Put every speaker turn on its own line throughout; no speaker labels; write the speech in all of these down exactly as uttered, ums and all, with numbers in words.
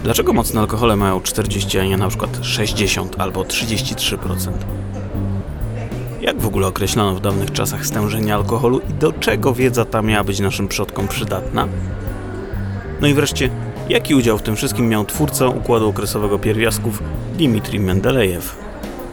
Dlaczego mocne alkohole mają czterdzieści, a nie na przykład sześćdziesiąt albo trzydzieści trzy procent? Jak w ogóle określano w dawnych czasach stężenie alkoholu i do czego wiedza ta miała być naszym przodkom przydatna? No i wreszcie, jaki udział w tym wszystkim miał twórca układu okresowego pierwiastków Dmitrij Mendelejew?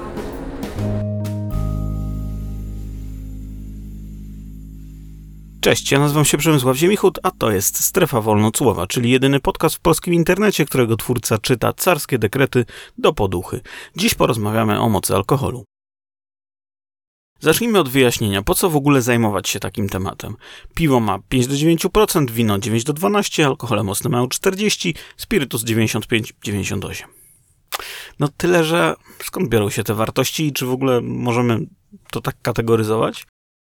Cześć, ja nazywam się Przemysław Ziemichut, a to jest Strefa Wolnocłowa, czyli jedyny podcast w polskim internecie, którego twórca czyta carskie dekrety do poduchy. Dziś porozmawiamy o mocy alkoholu. Zacznijmy od wyjaśnienia, po co w ogóle zajmować się takim tematem. Piwo ma pięć do dziewięciu procent, wino dziewięć do dwunastu procent, alkohole mocne mają czterdzieści procent, spirytus dziewięćdziesiąt pięć do dziewięćdziesięciu ośmiu procent. No tyle, że skąd biorą się te wartości i czy w ogóle możemy to tak kategoryzować?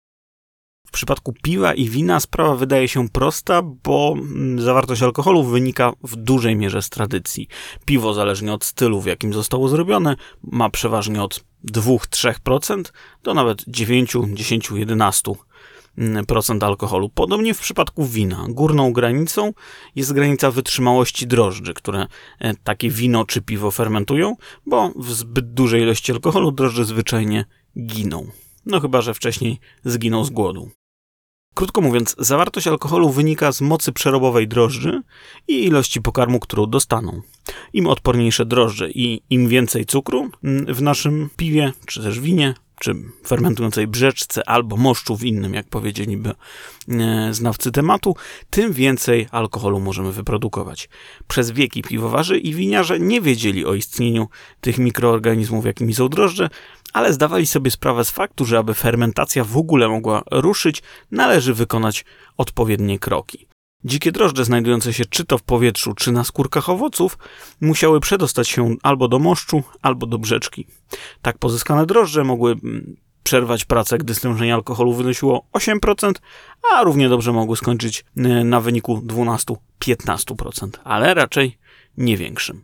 W przypadku piwa i wina sprawa wydaje się prosta, bo zawartość alkoholu wynika w dużej mierze z tradycji. Piwo, zależnie od stylu, w jakim zostało zrobione, ma przeważnie od dwa do trzech procent do nawet dziewięć, dziesięć, jedenaście procent alkoholu. Podobnie w przypadku wina. Górną granicą jest granica wytrzymałości drożdży, które takie wino czy piwo fermentują, bo w zbyt dużej ilości alkoholu drożdże zwyczajnie giną. No chyba że wcześniej zginą z głodu. Krótko mówiąc, zawartość alkoholu wynika z mocy przerobowej drożdży i ilości pokarmu, którą dostaną. Im odporniejsze drożdże i im więcej cukru w naszym piwie, czy też winie, czy fermentującej brzeczce albo moszczu w innym, jak powiedzieliby znawcy tematu, tym więcej alkoholu możemy wyprodukować. Przez wieki piwowarzy i winiarze nie wiedzieli o istnieniu tych mikroorganizmów, jakimi są drożdże, ale zdawali sobie sprawę z faktu, że aby fermentacja w ogóle mogła ruszyć, należy wykonać odpowiednie kroki. Dzikie drożdże znajdujące się czy to w powietrzu, czy na skórkach owoców musiały przedostać się albo do moszczu, albo do brzeczki. Tak pozyskane drożdże mogły przerwać pracę, gdy stężenie alkoholu wynosiło osiem procent, a równie dobrze mogły skończyć na wyniku dwanaście do piętnastu procent, ale raczej nie większym.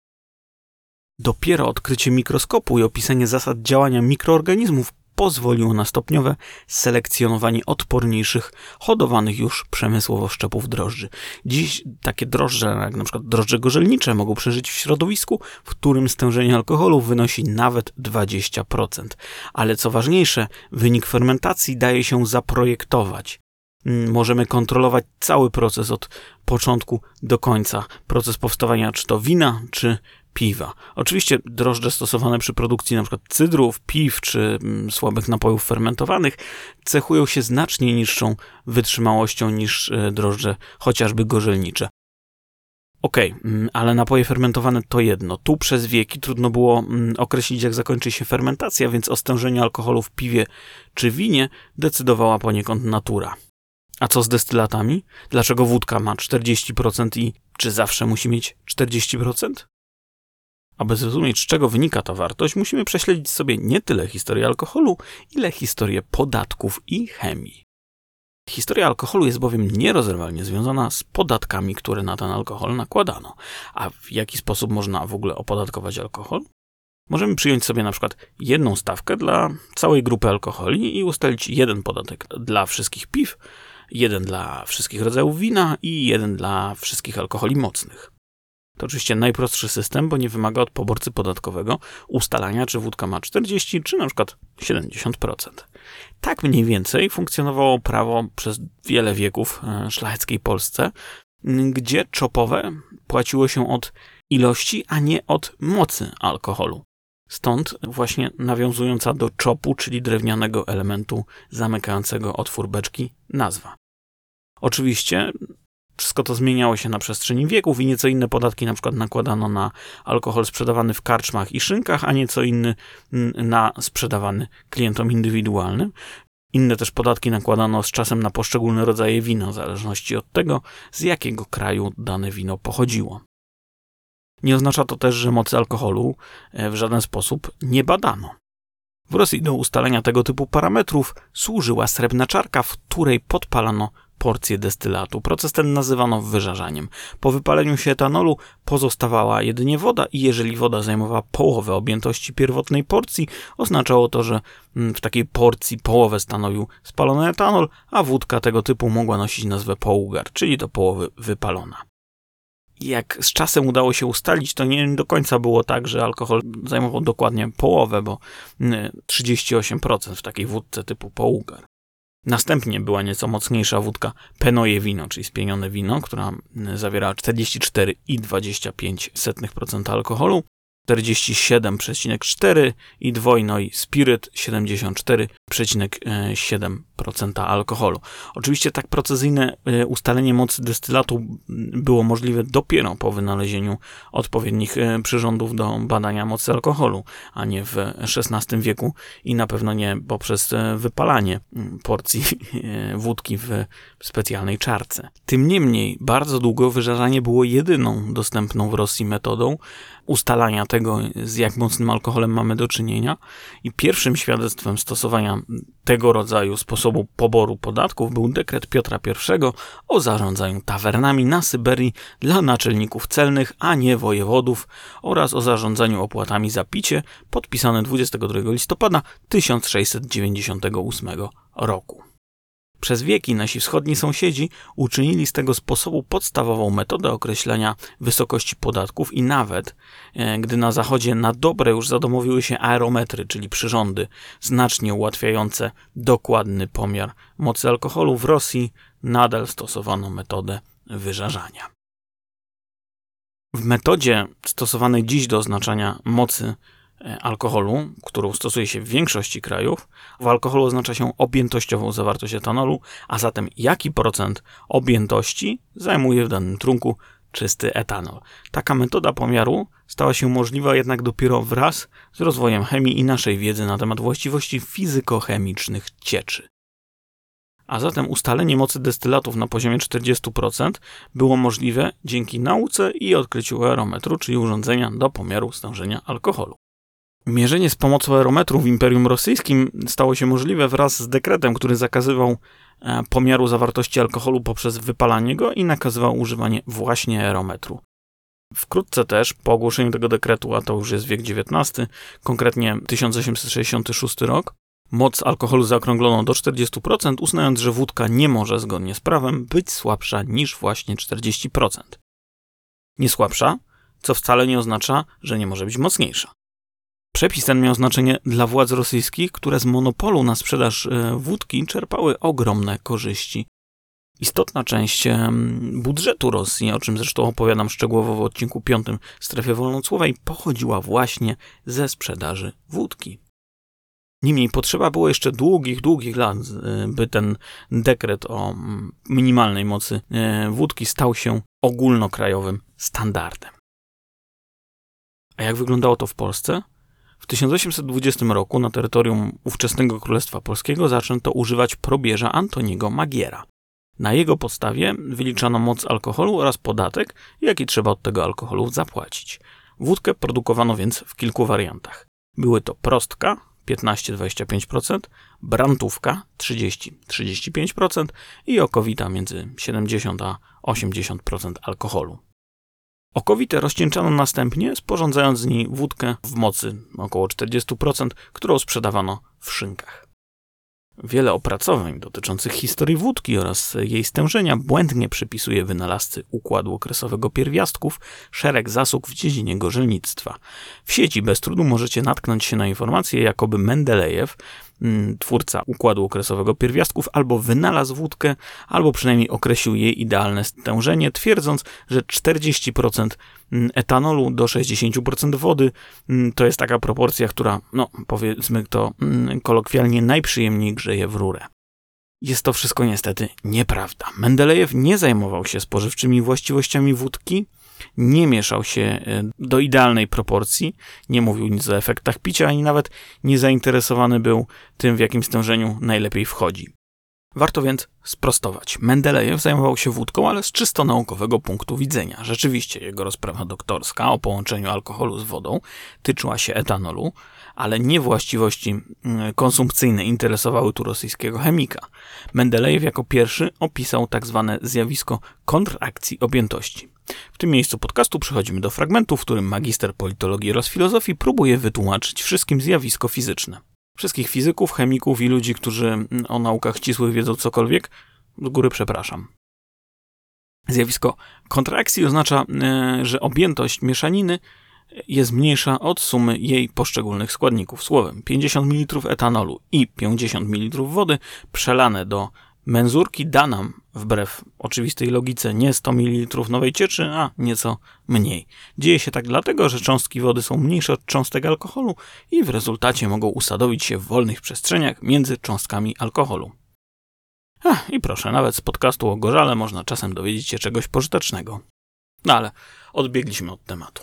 Dopiero odkrycie mikroskopu i opisanie zasad działania mikroorganizmów pozwoliło na stopniowe selekcjonowanie odporniejszych, hodowanych już przemysłowo szczepów drożdży. Dziś takie drożdże, jak na przykład drożdże gorzelnicze, mogą przeżyć w środowisku, w którym stężenie alkoholu wynosi nawet dwadzieścia procent. Ale co ważniejsze, wynik fermentacji daje się zaprojektować. Możemy kontrolować cały proces od początku do końca. Proces powstawania czy to wina, czy piwa. Oczywiście drożdże stosowane przy produkcji np. cydrów, piw czy mm, słabych napojów fermentowanych cechują się znacznie niższą wytrzymałością niż e, drożdże chociażby gorzelnicze. Okej, okay, ale napoje fermentowane to jedno. Tu przez wieki trudno było mm, określić, jak zakończy się fermentacja, więc o stężeniu alkoholu w piwie czy winie decydowała poniekąd natura. A co z destylatami? Dlaczego wódka ma czterdzieści procent i czy zawsze musi mieć czterdzieści procent? Aby zrozumieć, z czego wynika ta wartość, musimy prześledzić sobie nie tyle historię alkoholu, ile historię podatków i chemii. Historia alkoholu jest bowiem nierozerwalnie związana z podatkami, które na ten alkohol nakładano. A w jaki sposób można w ogóle opodatkować alkohol? Możemy przyjąć sobie na przykład jedną stawkę dla całej grupy alkoholi i ustalić jeden podatek dla wszystkich piw, jeden dla wszystkich rodzajów wina i jeden dla wszystkich alkoholi mocnych. To oczywiście najprostszy system, bo nie wymaga od poborcy podatkowego ustalania, czy wódka ma czterdzieści, czy na przykład siedemdziesiąt procent. Tak mniej więcej funkcjonowało prawo przez wiele wieków w szlacheckiej Polsce, gdzie czopowe płaciło się od ilości, a nie od mocy alkoholu. Stąd właśnie nawiązująca do czopu, czyli drewnianego elementu zamykającego otwór beczki, nazwa. Oczywiście wszystko to zmieniało się na przestrzeni wieków i nieco inne podatki na przykład nakładano na alkohol sprzedawany w karczmach i szynkach, a nieco inny na sprzedawany klientom indywidualnym. Inne też podatki nakładano z czasem na poszczególne rodzaje wina, w zależności od tego, z jakiego kraju dane wino pochodziło. Nie oznacza to też, że mocy alkoholu w żaden sposób nie badano. W Rosji do ustalenia tego typu parametrów służyła srebrna czarka, w której podpalano porcję destylatu. Proces ten nazywano wyżarzaniem. Po wypaleniu się etanolu pozostawała jedynie woda i jeżeli woda zajmowała połowę objętości pierwotnej porcji, oznaczało to, że w takiej porcji połowę stanowił spalony etanol, a wódka tego typu mogła nosić nazwę poługar, czyli do połowy wypalona. Jak z czasem udało się ustalić, to nie do końca było tak, że alkohol zajmował dokładnie połowę, bo trzydzieści osiem procent w takiej wódce typu Połgar. Następnie była nieco mocniejsza wódka Penoje wino, czyli spienione wino, która zawierała czterdzieści cztery i dwadzieścia pięć procent alkoholu, czterdzieści siedem przecinek cztery i dwojnoj spiryt siedemdziesiąt cztery przecinek siedem procent alkoholu. Oczywiście tak precyzyjne ustalenie mocy destylatu było możliwe dopiero po wynalezieniu odpowiednich przyrządów do badania mocy alkoholu, a nie w szesnastym wieku i na pewno nie poprzez wypalanie porcji wódki w specjalnej czarce. Tym niemniej bardzo długo wyżarzanie było jedyną dostępną w Rosji metodą ustalania tego, z jak mocnym alkoholem mamy do czynienia i pierwszym świadectwem stosowania tego rodzaju sposobu poboru podatków był dekret Piotra Pierwszego o zarządzaniu tawernami na Syberii dla naczelników celnych, a nie wojewodów oraz o zarządzaniu opłatami za picie, podpisany dwudziestego drugiego listopada tysiąc sześćset dziewięćdziesiątego ósmego roku. Przez wieki nasi wschodni sąsiedzi uczynili z tego sposobu podstawową metodę określania wysokości podatków i nawet, e, gdy na zachodzie na dobre już zadomowiły się aerometry, czyli przyrządy znacznie ułatwiające dokładny pomiar mocy alkoholu, w Rosji nadal stosowano metodę wyżarzania. W metodzie stosowanej dziś do oznaczania mocy alkoholu, którą stosuje się w większości krajów, w alkoholu oznacza się objętościową zawartość etanolu, a zatem jaki procent objętości zajmuje w danym trunku czysty etanol. Taka metoda pomiaru stała się możliwa jednak dopiero wraz z rozwojem chemii i naszej wiedzy na temat właściwości fizykochemicznych cieczy. A zatem ustalenie mocy destylatów na poziomie czterdzieści procent było możliwe dzięki nauce i odkryciu aerometru, czyli urządzenia do pomiaru stężenia alkoholu. Mierzenie z pomocą aerometru w Imperium Rosyjskim stało się możliwe wraz z dekretem, który zakazywał pomiaru zawartości alkoholu poprzez wypalanie go i nakazywał używanie właśnie aerometru. Wkrótce też, po ogłoszeniu tego dekretu, a to już jest wiek dziewiętnasty, konkretnie tysiąc osiemset sześćdziesiąty szósty rok, moc alkoholu zaokrąglono do czterdziestu procent, uznając, że wódka nie może zgodnie z prawem być słabsza niż właśnie czterdzieści procent. Nie słabsza, co wcale nie oznacza, że nie może być mocniejsza. Przepis ten miał znaczenie dla władz rosyjskich, które z monopolu na sprzedaż wódki czerpały ogromne korzyści. Istotna część budżetu Rosji, o czym zresztą opowiadam szczegółowo w odcinku piątym Strefy Wolnocłowej, pochodziła właśnie ze sprzedaży wódki. Niemniej potrzeba było jeszcze długich, długich lat, by ten dekret o minimalnej mocy wódki stał się ogólnokrajowym standardem. A jak wyglądało to w Polsce? W tysiąc osiemset dwudziestym roku na terytorium ówczesnego Królestwa Polskiego zaczęto używać probierza Antoniego Magiera. Na jego podstawie wyliczano moc alkoholu oraz podatek, jaki trzeba od tego alkoholu zapłacić. Wódkę produkowano więc w kilku wariantach. Były to prostka piętnaście do dwudziestu pięciu procent, brantówka trzydzieści do trzydziestu pięciu procent i okowita między siedemdziesiąt a osiemdziesiąt procent alkoholu. Okowitę rozcieńczano następnie, sporządzając z niej wódkę w mocy około czterdzieści procent, którą sprzedawano w szynkach. Wiele opracowań dotyczących historii wódki oraz jej stężenia błędnie przypisuje wynalazcy układu okresowego pierwiastków szereg zasług w dziedzinie gorzelnictwa. W sieci bez trudu możecie natknąć się na informacje, jakoby Mendelejew, twórca układu okresowego pierwiastków, albo wynalazł wódkę, albo przynajmniej określił jej idealne stężenie, twierdząc, że czterdzieści procent etanolu do sześćdziesięciu procent wody to jest taka proporcja, która, no powiedzmy to kolokwialnie, najprzyjemniej grzeje w rurę. Jest to wszystko niestety nieprawda. Mendelejew nie zajmował się spożywczymi właściwościami wódki, nie mieszał się do idealnej proporcji, nie mówił nic o efektach picia, ani nawet nie zainteresowany był tym, w jakim stężeniu najlepiej wchodzi. Warto więc sprostować. Mendelejew zajmował się wódką, ale z czysto naukowego punktu widzenia. Rzeczywiście jego rozprawa doktorska o połączeniu alkoholu z wodą tyczyła się etanolu, ale nie właściwości konsumpcyjne interesowały tu rosyjskiego chemika. Mendelejew jako pierwszy opisał tak zwane zjawisko kontrakcji objętości. W tym miejscu podcastu przechodzimy do fragmentu, w którym magister politologii oraz filozofii próbuje wytłumaczyć wszystkim zjawisko fizyczne. Wszystkich fizyków, chemików i ludzi, którzy o naukach ścisłych wiedzą cokolwiek, z góry przepraszam. Zjawisko kontrakcji oznacza, że objętość mieszaniny jest mniejsza od sumy jej poszczególnych składników. Słowem, pięćdziesiąt mililitrów etanolu i pięćdziesiąt mililitrów wody przelane do menzurki da nam, wbrew oczywistej logice, nie sto mililitrów nowej cieczy, a nieco mniej. Dzieje się tak dlatego, że cząstki wody są mniejsze od cząstek alkoholu i w rezultacie mogą usadowić się w wolnych przestrzeniach między cząstkami alkoholu. Ach, i proszę, nawet z podcastu o gorzale można czasem dowiedzieć się czegoś pożytecznego. No ale odbiegliśmy od tematu.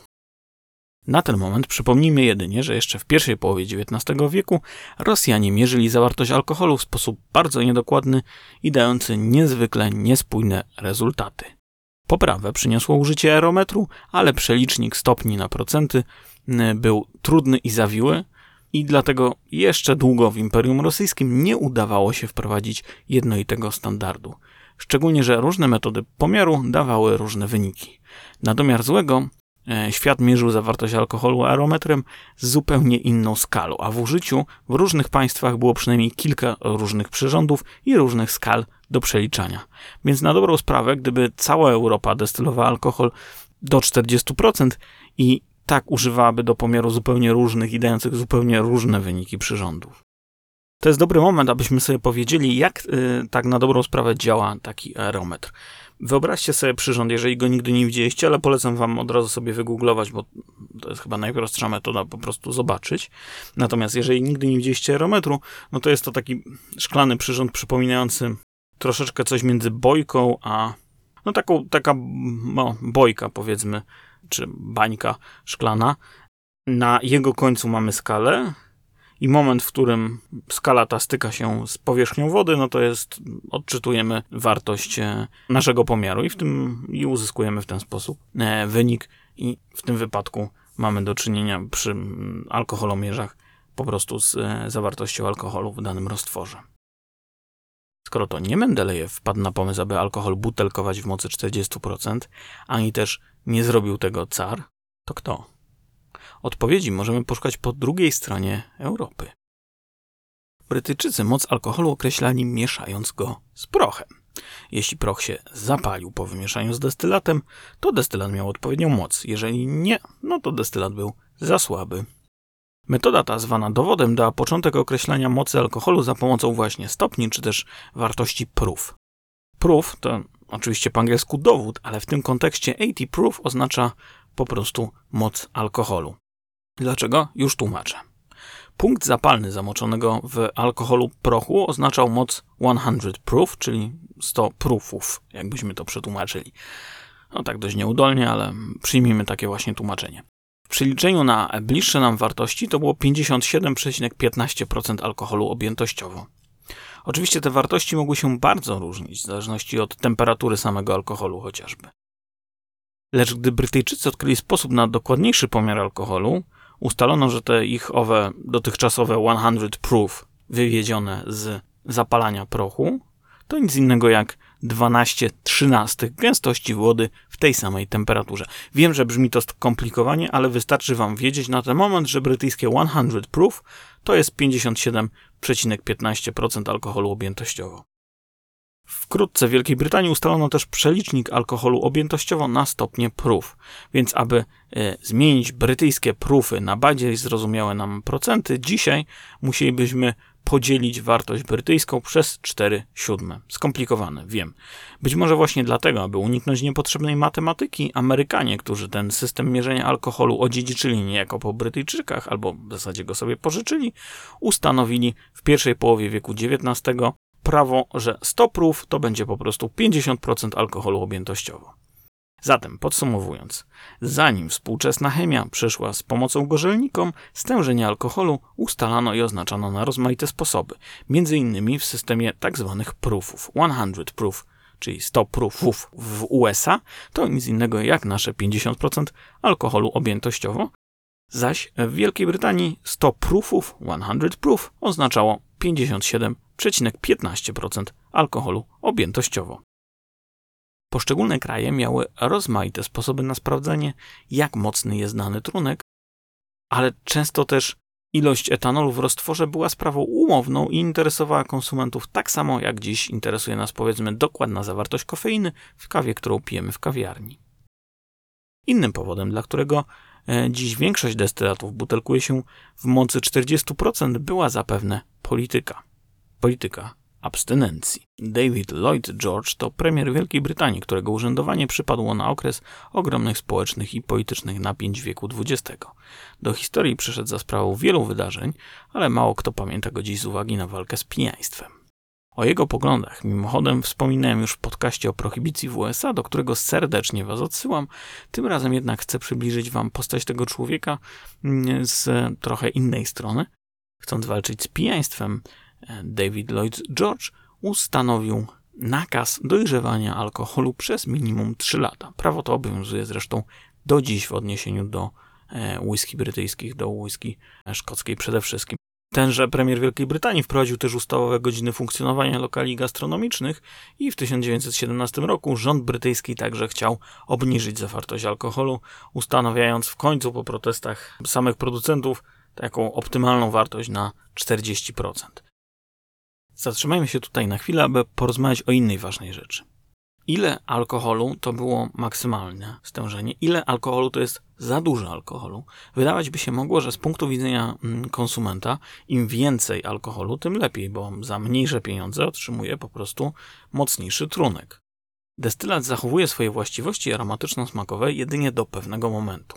Na ten moment przypomnijmy jedynie, że jeszcze w pierwszej połowie dziewiętnastego wieku Rosjanie mierzyli zawartość alkoholu w sposób bardzo niedokładny i dający niezwykle niespójne rezultaty. Poprawę przyniosło użycie aerometru, ale przelicznik stopni na procenty był trudny i zawiły i dlatego jeszcze długo w Imperium Rosyjskim nie udawało się wprowadzić jednolitego standardu. Szczególnie, że różne metody pomiaru dawały różne wyniki. Na domiar złego świat mierzył zawartość alkoholu aerometrem z zupełnie inną skalą, a w użyciu w różnych państwach było przynajmniej kilka różnych przyrządów i różnych skal do przeliczania. Więc na dobrą sprawę, gdyby cała Europa destylowała alkohol do czterdziestu procent i tak używałaby do pomiaru zupełnie różnych i dających zupełnie różne wyniki przyrządów. To jest dobry moment, abyśmy sobie powiedzieli, jak yy, tak na dobrą sprawę działa taki aerometr. Wyobraźcie sobie przyrząd, jeżeli go nigdy nie widzieliście, ale polecam wam od razu sobie wygooglować, bo to jest chyba najprostsza metoda, po prostu zobaczyć. Natomiast jeżeli nigdy nie widzieliście aerometru, no to jest to taki szklany przyrząd przypominający troszeczkę coś między bojką a... no taką, taka no, bojka powiedzmy, czy bańka szklana. Na jego końcu mamy skalę i moment, w którym skala ta styka się z powierzchnią wody, no to jest, odczytujemy wartość naszego pomiaru i w tym i uzyskujemy w ten sposób wynik i w tym wypadku mamy do czynienia przy alkoholomierzach po prostu z zawartością alkoholu w danym roztworze. Skoro to nie Mendelejew wpadł na pomysł, aby alkohol butelkować w mocy czterdzieści procent, ani też nie zrobił tego car, to kto? Odpowiedzi możemy poszukać po drugiej stronie Europy. Brytyjczycy moc alkoholu określali mieszając go z prochem. Jeśli proch się zapalił po wymieszaniu z destylatem, to destylat miał odpowiednią moc. Jeżeli nie, no to destylat był za słaby. Metoda ta, zwana dowodem, dała początek określania mocy alkoholu za pomocą właśnie stopni, czy też wartości proof. Proof to oczywiście po angielsku dowód, ale w tym kontekście osiemdziesiąt proof oznacza po prostu moc alkoholu. Dlaczego? Już tłumaczę. Punkt zapalny zamoczonego w alkoholu prochu oznaczał moc sto proof, czyli sto proofów, jakbyśmy to przetłumaczyli. No tak dość nieudolnie, ale przyjmijmy takie właśnie tłumaczenie. W przeliczeniu na bliższe nam wartości to było pięćdziesiąt siedem przecinek piętnaście procent alkoholu objętościowo. Oczywiście te wartości mogły się bardzo różnić, w zależności od temperatury samego alkoholu chociażby. Lecz gdy Brytyjczycy odkryli sposób na dokładniejszy pomiar alkoholu, ustalono, że te ich owe dotychczasowe sto proof wywiedzione z zapalania prochu to nic innego jak dwanaście trzynastych gęstości wody w tej samej temperaturze. Wiem, że brzmi to skomplikowanie, ale wystarczy wam wiedzieć na ten moment, że brytyjskie sto proof to jest pięćdziesiąt siedem przecinek piętnaście procent alkoholu objętościowo. Wkrótce w Wielkiej Brytanii ustalono też przelicznik alkoholu objętościowo na stopnie proof, więc aby e, zmienić brytyjskie proofy na bardziej zrozumiałe nam procenty, dzisiaj musielibyśmy podzielić wartość brytyjską przez cztery siódme. Skomplikowane, wiem. Być może właśnie dlatego, aby uniknąć niepotrzebnej matematyki, Amerykanie, którzy ten system mierzenia alkoholu odziedziczyli niejako po Brytyjczykach, albo w zasadzie go sobie pożyczyli, ustanowili w pierwszej połowie wieku dziewiętnastego prawo, że sto proof to będzie po prostu pięćdziesiąt procent alkoholu objętościowo. Zatem, podsumowując, zanim współczesna chemia przeszła z pomocą gorzelnikom, stężenie alkoholu ustalano i oznaczano na rozmaite sposoby, między innymi w systemie tzw. proofów. sto proof, czyli sto proofów w U S A, to nic innego jak nasze pięćdziesiąt procent alkoholu objętościowo, zaś w Wielkiej Brytanii sto proofów, sto proof oznaczało pięćdziesiąt siedem przecinek piętnaście procent alkoholu objętościowo. Poszczególne kraje miały rozmaite sposoby na sprawdzenie, jak mocny jest dany trunek, ale często też Ilość etanolu w roztworze była sprawą umowną i interesowała konsumentów tak samo, jak dziś interesuje nas, powiedzmy, dokładna zawartość kofeiny w kawie, którą pijemy w kawiarni. Innym powodem, dla którego dziś większość destylatów butelkuje się w mocy czterdzieści procent, była zapewne polityka. Polityka abstynencji. David Lloyd George to premier Wielkiej Brytanii, którego urzędowanie przypadło na okres ogromnych społecznych i politycznych napięć wieku dwudziestego. Do historii przyszedł za sprawą wielu wydarzeń, ale mało kto pamięta go dziś z uwagi na walkę z pijaństwem. O jego poglądach mimochodem wspominałem już w podcaście o prohibicji w U S A, do którego serdecznie was odsyłam. Tym razem jednak chcę przybliżyć wam postać tego człowieka z trochę innej strony. Chcąc walczyć z pijaństwem, David Lloyd George ustanowił nakaz dojrzewania alkoholu przez minimum trzy lata. Prawo to obowiązuje zresztą do dziś w odniesieniu do whisky brytyjskich, do whisky szkockiej przede wszystkim. Tenże premier Wielkiej Brytanii wprowadził też ustawowe godziny funkcjonowania lokali gastronomicznych i w tysiąc dziewięćset siedemnastym roku rząd brytyjski także chciał obniżyć zawartość alkoholu, ustanawiając w końcu po protestach samych producentów taką optymalną wartość na czterdzieści procent. Zatrzymajmy się tutaj na chwilę, aby porozmawiać o innej ważnej rzeczy. Ile alkoholu to było maksymalne stężenie? Ile alkoholu to jest za dużo alkoholu? Wydawać by się mogło, że z punktu widzenia konsumenta im więcej alkoholu, tym lepiej, bo za mniejsze pieniądze otrzymuje po prostu mocniejszy trunek. Destylat zachowuje swoje właściwości aromatyczno-smakowe jedynie do pewnego momentu.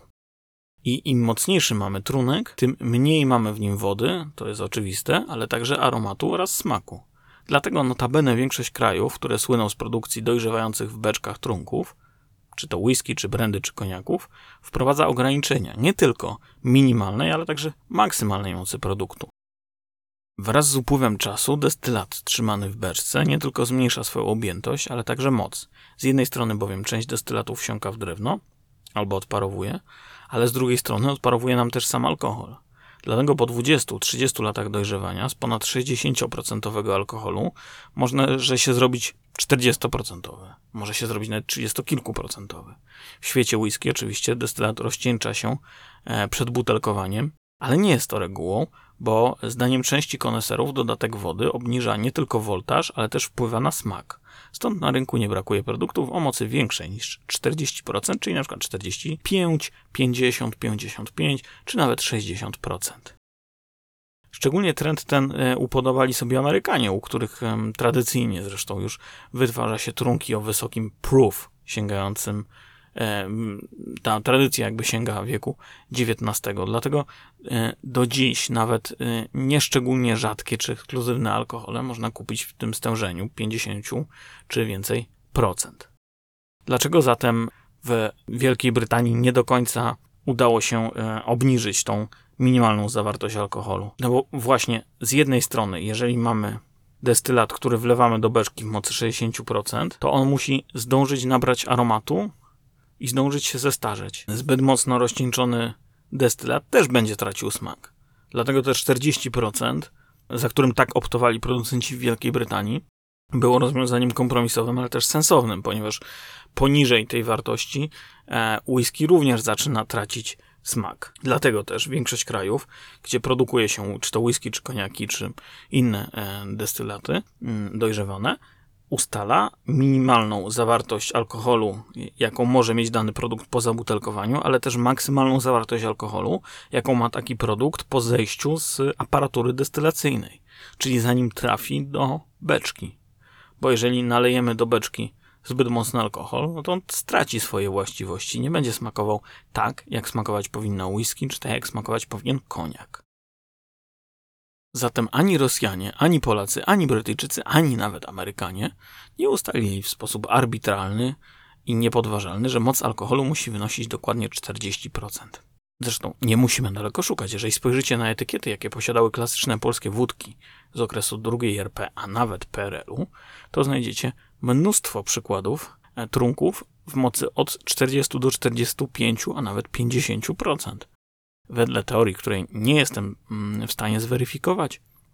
I im mocniejszy mamy trunek, tym mniej mamy w nim wody, to jest oczywiste, ale także aromatu oraz smaku. Dlatego notabene większość krajów, które słyną z produkcji dojrzewających w beczkach trunków, czy to whisky, czy brandy, czy koniaków, wprowadza ograniczenia nie tylko minimalnej, ale także maksymalnej mocy produktu. Wraz z upływem czasu destylat trzymany w beczce nie tylko zmniejsza swoją objętość, ale także moc. Z jednej strony bowiem część destylatów wsiąka w drewno albo odparowuje, ale z drugiej strony odparowuje nam też sam alkohol. Dlatego po dwudziestu trzydziestu latach dojrzewania z ponad sześćdziesiąt procent alkoholu można że się zrobić czterdzieści procent, może się zrobić nawet trzydziestokilkuprocentowy. W świecie whisky oczywiście destylat rozcieńcza się przed butelkowaniem, ale nie jest to regułą, bo zdaniem części koneserów dodatek wody obniża nie tylko woltaż, ale też wpływa na smak. Stąd na rynku nie brakuje produktów o mocy większej niż czterdzieści procent, czyli na przykład czterdzieści pięć, pięćdziesiąt, pięćdziesiąt pięć czy nawet sześćdziesiąt procent. Szczególnie trend ten upodobali sobie Amerykanie, u których tradycyjnie zresztą już wytwarza się trunki o wysokim proof, sięgającym ta tradycja jakby sięga wieku dziewiętnastego. Dlatego do dziś nawet nieszczególnie rzadkie czy ekskluzywne alkohole można kupić w tym stężeniu pięćdziesiąt czy więcej procent. Dlaczego zatem w Wielkiej Brytanii nie do końca udało się obniżyć tą minimalną zawartość alkoholu? No bo właśnie z jednej strony, jeżeli mamy destylat, który wlewamy do beczki w mocy sześćdziesiąt procent, to on musi zdążyć nabrać aromatu i zdążyć się zestarzeć. Zbyt mocno rozcieńczony destylat też będzie tracił smak. Dlatego też czterdzieści procent, za którym tak optowali producenci w Wielkiej Brytanii, było rozwiązaniem kompromisowym, ale też sensownym, ponieważ poniżej tej wartości e, whisky również zaczyna tracić smak. Dlatego też większość krajów, gdzie produkuje się czy to whisky, czy koniaki, czy inne e, destylaty m, dojrzewane, ustala minimalną zawartość alkoholu, jaką może mieć dany produkt po zabutelkowaniu, ale też maksymalną zawartość alkoholu, jaką ma taki produkt po zejściu z aparatury destylacyjnej, czyli zanim trafi do beczki. Bo jeżeli nalejemy do beczki zbyt mocny alkohol, no to on straci swoje właściwości, nie będzie smakował tak, jak smakować powinna whisky, czy tak, jak smakować powinien koniak. Zatem ani Rosjanie, ani Polacy, ani Brytyjczycy, ani nawet Amerykanie nie ustalili w sposób arbitralny i niepodważalny, że moc alkoholu musi wynosić dokładnie czterdzieści procent. Zresztą nie musimy daleko szukać. Jeżeli spojrzycie na etykiety, jakie posiadały klasyczne polskie wódki z okresu drugiej R P, a nawet P R L u, to znajdziecie mnóstwo przykładów trunków w mocy od czterdziestu do czterdziestu pięciu, a nawet pięćdziesięciu procent. Wedle teorii, której nie jestem w stanie zweryfikować,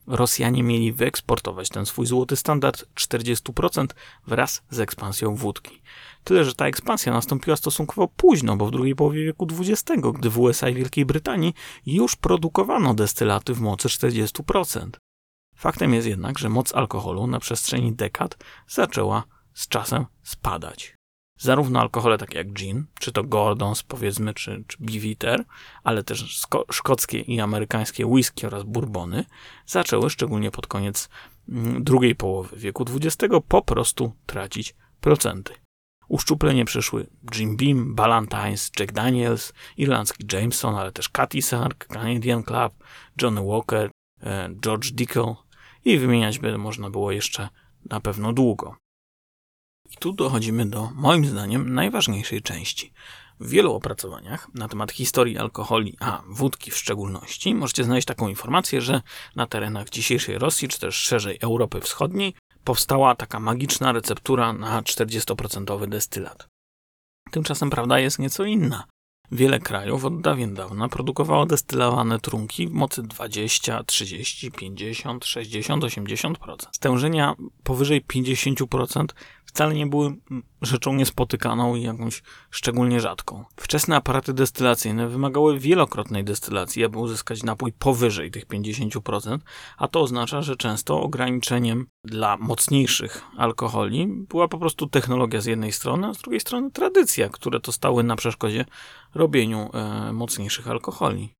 Rosjanie mieli wyeksportować ten swój złoty standard czterdzieści procent wraz z ekspansją wódki. Tyle, że ta ekspansja nastąpiła stosunkowo późno, bo w drugiej połowie wieku dwudziestego, gdy w U S A i Wielkiej Brytanii już produkowano destylaty w mocy czterdzieści procent. Faktem jest jednak, że moc alkoholu na przestrzeni dekad zaczęła z czasem spadać. Zarówno alkohole takie jak gin, czy to Gordon's powiedzmy, czy, czy Beefeater, ale też sko- szkockie i amerykańskie whisky oraz bourbony zaczęły szczególnie pod koniec mm, drugiej połowy wieku dwudziestego po prostu tracić procenty. Uszczuplenie przyszły Jim Beam, Ballantines, Jack Daniels, irlandzki Jameson, ale też Cathy Sark, Canadian Club, Johnny Walker, e, George Dickel i wymieniać by można było jeszcze na pewno długo. I tu dochodzimy do, moim zdaniem, najważniejszej części. W wielu opracowaniach na temat historii alkoholi, a wódki w szczególności, możecie znaleźć taką informację, że na terenach dzisiejszej Rosji, czy też szerzej Europy Wschodniej, powstała taka magiczna receptura na czterdziestoprocentowy destylat. Tymczasem prawda jest nieco inna. Wiele krajów od dawien dawna produkowało destylowane trunki w mocy dwadzieścia, trzydzieści, pięćdziesiąt, sześćdziesiąt, osiemdziesiąt procent. Stężenia powyżej pięćdziesiąt procent wcale nie były rzeczą niespotykaną i jakąś szczególnie rzadką. Wczesne aparaty destylacyjne wymagały wielokrotnej destylacji, aby uzyskać napój powyżej tych pięćdziesiąt procent, a to oznacza, że często ograniczeniem dla mocniejszych alkoholi była po prostu technologia z jednej strony, a z drugiej strony tradycja, które to stały na przeszkodzie robieniu e, mocniejszych alkoholi.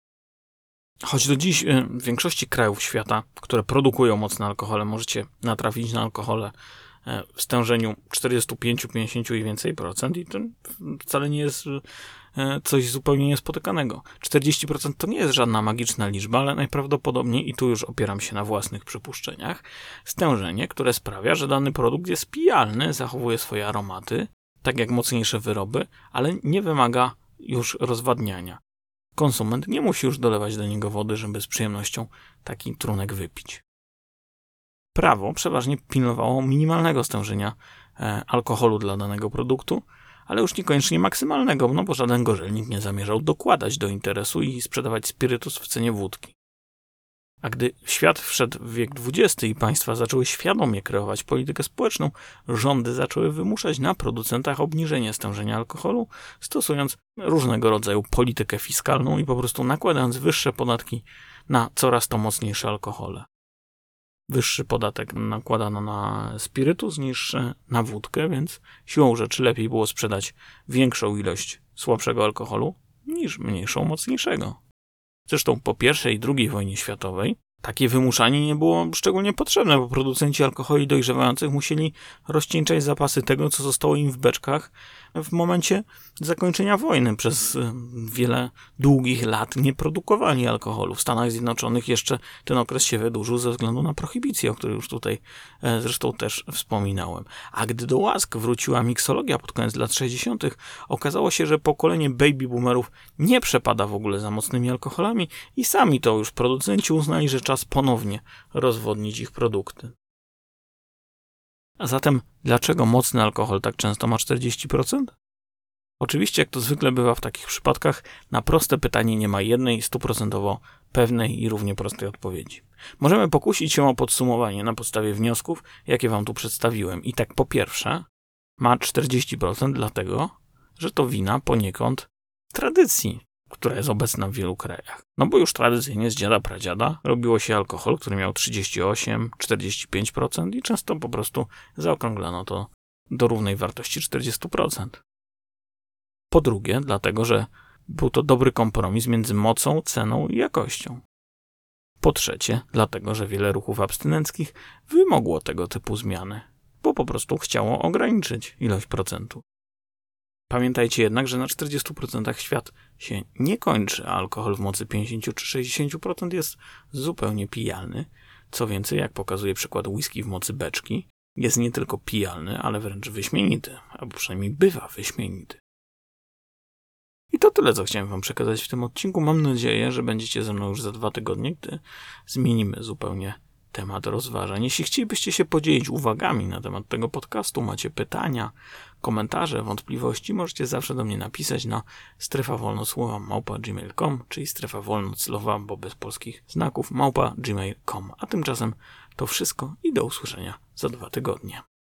Choć do dziś e, w większości krajów świata, które produkują mocne alkohole, możecie natrafić na alkohole e, w stężeniu czterdzieści pięć, pięćdziesiąt i więcej procent i to wcale nie jest e, coś zupełnie niespotykanego. czterdzieści procent to nie jest żadna magiczna liczba, ale najprawdopodobniej, i tu już opieram się na własnych przypuszczeniach, stężenie, które sprawia, że dany produkt jest pijalny, zachowuje swoje aromaty, tak jak mocniejsze wyroby, ale nie wymaga już rozwadniania. Konsument nie musi już dolewać do niego wody, żeby z przyjemnością taki trunek wypić. Prawo przeważnie pilnowało minimalnego stężenia e, alkoholu dla danego produktu, ale już niekoniecznie maksymalnego, no bo żaden gorzelnik nie zamierzał dokładać do interesu i sprzedawać spirytus w cenie wódki. A gdy świat wszedł w wiek dwudziesty i państwa zaczęły świadomie kreować politykę społeczną, rządy zaczęły wymuszać na producentach obniżenie stężenia alkoholu, stosując różnego rodzaju politykę fiskalną i po prostu nakładając wyższe podatki na coraz to mocniejsze alkohole. Wyższy podatek nakładano na spirytus niż na wódkę, więc siłą rzeczy lepiej było sprzedać większą ilość słabszego alkoholu niż mniejszą, mocniejszego. Zresztą po pierwszej i drugiej wojnie światowej takie wymuszanie nie było szczególnie potrzebne, bo producenci alkoholi dojrzewających musieli rozcieńczać zapasy tego, co zostało im w beczkach w momencie zakończenia wojny. Przez wiele długich lat nie produkowali alkoholu. W Stanach Zjednoczonych jeszcze ten okres się wydłużył ze względu na prohibicję, o której już tutaj zresztą też wspominałem. A gdy do łask wróciła miksologia pod koniec lat sześćdziesiątych, okazało się, że pokolenie baby boomerów nie przepada w ogóle za mocnymi alkoholami i sami to już producenci uznali, że czas ponownie rozwodnić ich produkty. A zatem dlaczego mocny alkohol tak często ma czterdzieści procent? Oczywiście, jak to zwykle bywa w takich przypadkach, na proste pytanie nie ma jednej stuprocentowo pewnej i równie prostej odpowiedzi. Możemy pokusić się o podsumowanie na podstawie wniosków, jakie wam tu przedstawiłem. I tak po pierwsze, ma czterdzieści procent dlatego, że to wina poniekąd tradycji, która jest obecna w wielu krajach. No bo już tradycyjnie z dziada pradziada robiło się alkohol, który miał trzydzieści osiem do czterdziestu pięciu procent i często po prostu zaokrąglano to do równej wartości czterdziestu procent. Po drugie, dlatego, że był to dobry kompromis między mocą, ceną i jakością. Po trzecie, dlatego, że wiele ruchów abstynenckich wymogło tego typu zmiany, bo po prostu chciało ograniczyć ilość procentu. Pamiętajcie jednak, że na czterdziestu procentach świat się nie kończy, a alkohol w mocy pięćdziesiąt czy sześćdziesiąt procent jest zupełnie pijalny. Co więcej, jak pokazuje przykład whisky w mocy beczki, jest nie tylko pijalny, ale wręcz wyśmienity, albo przynajmniej bywa wyśmienity. I to tyle, co chciałem wam przekazać w tym odcinku. Mam nadzieję, że będziecie ze mną już za dwa tygodnie, gdy zmienimy zupełnie temat rozważań. Jeśli chcielibyście się podzielić uwagami na temat tego podcastu, macie pytania, komentarze, wątpliwości, możecie zawsze do mnie napisać na strefa wolnocłowa małpa gmail kropka com, czyli strefa wolnocłowa, bo bez polskich znaków, małpa gmail kropka com. A tymczasem to wszystko i do usłyszenia za dwa tygodnie.